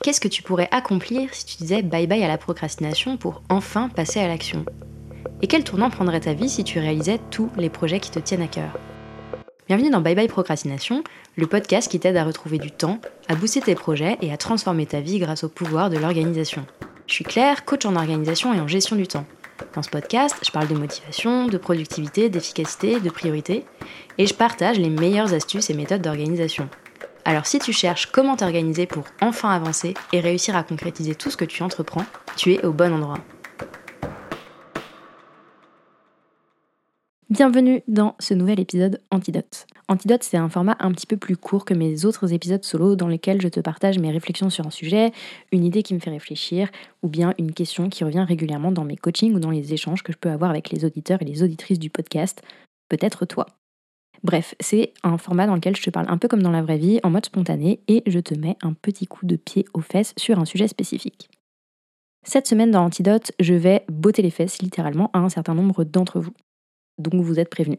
Qu'est-ce que tu pourrais accomplir si tu disais bye bye à la procrastination pour enfin passer à l'action? Et quel tournant prendrait ta vie si tu réalisais tous les projets qui te tiennent à cœur? Bienvenue dans Bye Bye Procrastination, le podcast qui t'aide à retrouver du temps, à booster tes projets et à transformer ta vie grâce au pouvoir de l'organisation. Je suis Claire, coach en organisation et en gestion du temps. Dans ce podcast, je parle de motivation, de productivité, d'efficacité, de priorité, et je partage les meilleures astuces et méthodes d'organisation. Alors si tu cherches comment t'organiser pour enfin avancer et réussir à concrétiser tout ce que tu entreprends, tu es au bon endroit. Bienvenue dans ce nouvel épisode Antidote. Antidote, c'est un format un petit peu plus court que mes autres épisodes solo dans lesquels je te partage mes réflexions sur un sujet, une idée qui me fait réfléchir ou bien une question qui revient régulièrement dans mes coachings ou dans les échanges que je peux avoir avec les auditeurs et les auditrices du podcast, peut-être toi. Bref, c'est un format dans lequel je te parle un peu comme dans la vraie vie, en mode spontané, et je te mets un petit coup de pied aux fesses sur un sujet spécifique. Cette semaine dans Antidote, je vais botter les fesses littéralement à un certain nombre d'entre vous. Donc vous êtes prévenus.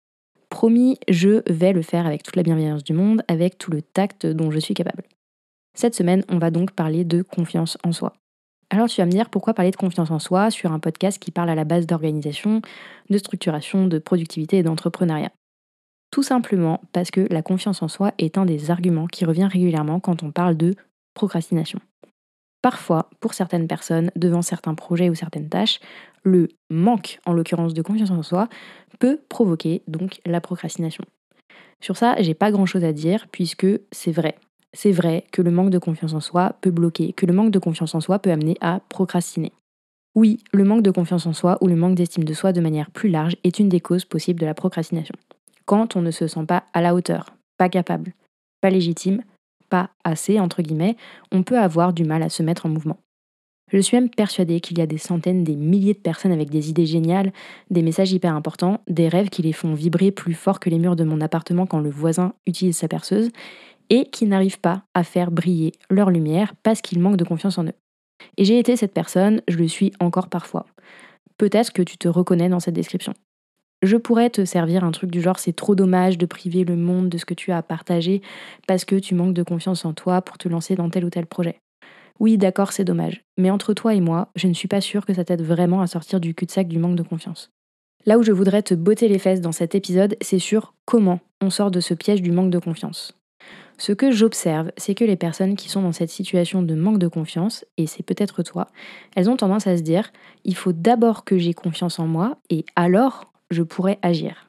Promis, je vais le faire avec toute la bienveillance du monde, avec tout le tact dont je suis capable. Cette semaine, on va donc parler de confiance en soi. Alors tu vas me dire pourquoi parler de confiance en soi sur un podcast qui parle à la base d'organisation, de structuration, de productivité et d'entrepreneuriat. Tout simplement parce que la confiance en soi est un des arguments qui revient régulièrement quand on parle de procrastination. Parfois, pour certaines personnes, devant certains projets ou certaines tâches, le manque, en l'occurrence de confiance en soi, peut provoquer donc la procrastination. Sur ça, j'ai pas grand chose à dire puisque c'est vrai. C'est vrai que le manque de confiance en soi peut bloquer, que le manque de confiance en soi peut amener à procrastiner. Oui, le manque de confiance en soi ou le manque d'estime de soi de manière plus large est une des causes possibles de la procrastination. Quand on ne se sent pas à la hauteur, pas capable, pas légitime, pas assez, entre guillemets, on peut avoir du mal à se mettre en mouvement. Je suis même persuadée qu'il y a des centaines, des milliers de personnes avec des idées géniales, des messages hyper importants, des rêves qui les font vibrer plus fort que les murs de mon appartement quand le voisin utilise sa perceuse, et qui n'arrivent pas à faire briller leur lumière parce qu'ils manquent de confiance en eux. Et j'ai été cette personne, je le suis encore parfois. Peut-être que tu te reconnais dans cette description. Je pourrais te servir un truc du genre c'est trop dommage de priver le monde de ce que tu as à partager parce que tu manques de confiance en toi pour te lancer dans tel ou tel projet. Oui, d'accord, c'est dommage. Mais entre toi et moi, je ne suis pas sûre que ça t'aide vraiment à sortir du cul-de-sac du manque de confiance. Là où je voudrais te botter les fesses dans cet épisode, c'est sur comment on sort de ce piège du manque de confiance. Ce que j'observe, c'est que les personnes qui sont dans cette situation de manque de confiance, et c'est peut-être toi, elles ont tendance à se dire il faut d'abord que j'ai confiance en moi et alors je pourrais agir.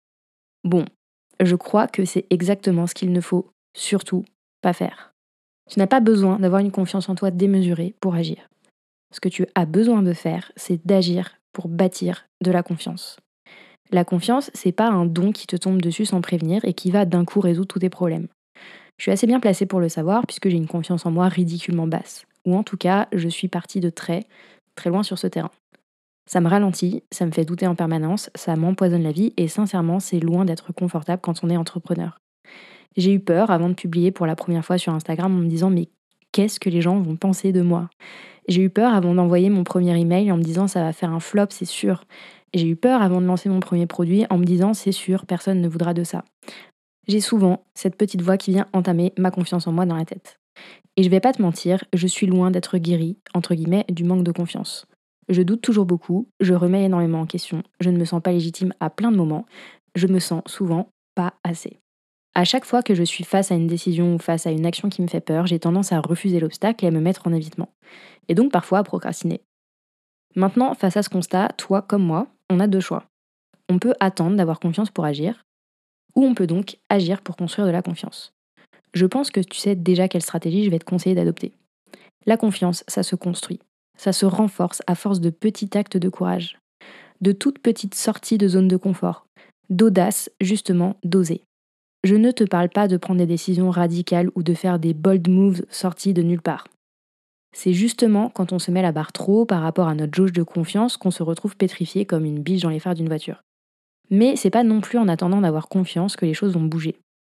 Bon, je crois que c'est exactement ce qu'il ne faut surtout pas faire. Tu n'as pas besoin d'avoir une confiance en toi démesurée pour agir. Ce que tu as besoin de faire, c'est d'agir pour bâtir de la confiance. La confiance, c'est pas un don qui te tombe dessus sans prévenir et qui va d'un coup résoudre tous tes problèmes. Je suis assez bien placée pour le savoir puisque j'ai une confiance en moi ridiculement basse. Ou en tout cas, je suis partie de très, très loin sur ce terrain. Ça me ralentit, ça me fait douter en permanence, ça m'empoisonne la vie et sincèrement, c'est loin d'être confortable quand on est entrepreneur. J'ai eu peur avant de publier pour la première fois sur Instagram en me disant mais qu'est-ce que les gens vont penser de moi? J'ai eu peur avant d'envoyer mon premier email en me disant ça va faire un flop, c'est sûr. J'ai eu peur avant de lancer mon premier produit en me disant c'est sûr, personne ne voudra de ça. J'ai souvent cette petite voix qui vient entamer ma confiance en moi dans la tête. Et je vais pas te mentir, je suis loin d'être guérie, entre guillemets, du manque de confiance. Je doute toujours beaucoup, je remets énormément en question, je ne me sens pas légitime à plein de moments, je me sens souvent pas assez. À chaque fois que je suis face à une décision ou face à une action qui me fait peur, j'ai tendance à refuser l'obstacle et à me mettre en évitement. Et donc parfois à procrastiner. Maintenant, face à ce constat, toi comme moi, on a deux choix. On peut attendre d'avoir confiance pour agir, ou on peut donc agir pour construire de la confiance. Je pense que tu sais déjà quelle stratégie je vais te conseiller d'adopter. La confiance, ça se construit. Ça se renforce à force de petits actes de courage, de toutes petites sorties de zone de confort, d'audace, justement, d'oser. Je ne te parle pas de prendre des décisions radicales ou de faire des bold moves sortis de nulle part. C'est justement quand on se met la barre trop haut par rapport à notre jauge de confiance qu'on se retrouve pétrifié comme une biche dans les phares d'une voiture. Mais c'est pas non plus en attendant d'avoir confiance que les choses vont bouger.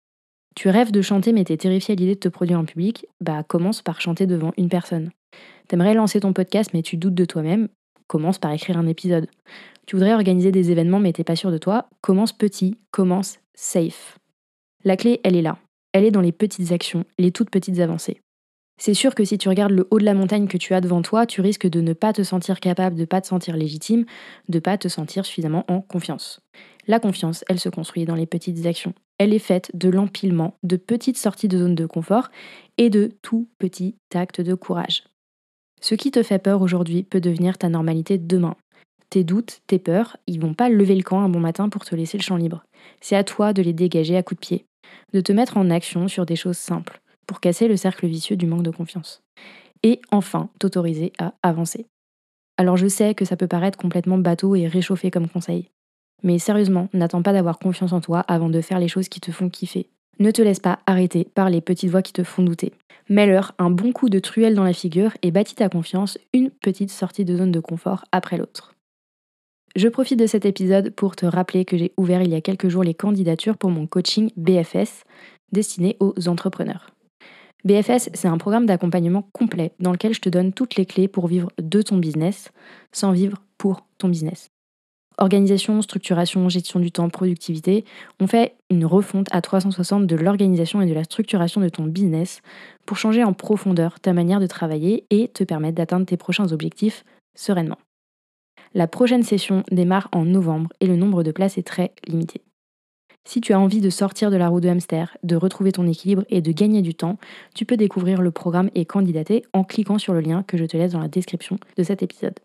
Tu rêves de chanter mais t'es terrifié à l'idée de te produire en public, commence par chanter devant une personne. T'aimerais lancer ton podcast mais tu doutes de toi-même, commence par écrire un épisode. Tu voudrais organiser des événements mais t'es pas sûr de toi, commence petit, commence safe. La clé, elle est là. Elle est dans les petites actions, les toutes petites avancées. C'est sûr que si tu regardes le haut de la montagne que tu as devant toi, tu risques de ne pas te sentir capable, de ne pas te sentir légitime, de ne pas te sentir suffisamment en confiance. La confiance, elle se construit dans les petites actions. Elle est faite de l'empilement, de petites sorties de zone de confort et de tout petits actes de courage. Ce qui te fait peur aujourd'hui peut devenir ta normalité demain. Tes doutes, tes peurs, ils vont pas lever le camp un bon matin pour te laisser le champ libre. C'est à toi de les dégager à coups de pied, de te mettre en action sur des choses simples, pour casser le cercle vicieux du manque de confiance. Et enfin, t'autoriser à avancer. Alors je sais que ça peut paraître complètement bateau et réchauffé comme conseil. Mais sérieusement, n'attends pas d'avoir confiance en toi avant de faire les choses qui te font kiffer. Ne te laisse pas arrêter par les petites voix qui te font douter. Mets-leur un bon coup de truelle dans la figure et bâtis ta confiance une petite sortie de zone de confort après l'autre. Je profite de cet épisode pour te rappeler que j'ai ouvert il y a quelques jours les candidatures pour mon coaching BFS destiné aux entrepreneurs. BFS, c'est un programme d'accompagnement complet dans lequel je te donne toutes les clés pour vivre de ton business sans vivre pour ton business. Organisation, structuration, gestion du temps, productivité, on fait une refonte à 360 de l'organisation et de la structuration de ton business pour changer en profondeur ta manière de travailler et te permettre d'atteindre tes prochains objectifs sereinement. La prochaine session démarre en novembre et le nombre de places est très limité. Si tu as envie de sortir de la roue de hamster, de retrouver ton équilibre et de gagner du temps, tu peux découvrir le programme et candidater en cliquant sur le lien que je te laisse dans la description de cet épisode.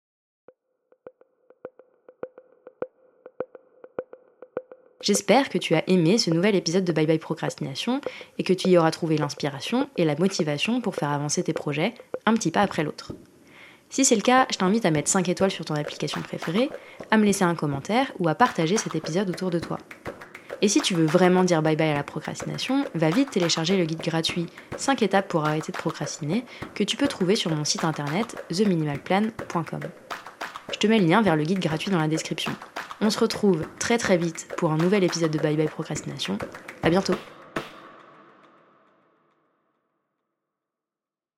J'espère que tu as aimé ce nouvel épisode de Bye Bye Procrastination et que tu y auras trouvé l'inspiration et la motivation pour faire avancer tes projets un petit pas après l'autre. Si c'est le cas, je t'invite à mettre 5 étoiles sur ton application préférée, à me laisser un commentaire ou à partager cet épisode autour de toi. Et si tu veux vraiment dire bye bye à la procrastination, va vite télécharger le guide gratuit 5 étapes pour arrêter de procrastiner que tu peux trouver sur mon site internet theminimalplan.com. Je te mets le lien vers le guide gratuit dans la description. On se retrouve très très vite pour un nouvel épisode de Bye Bye Procrastination. À bientôt!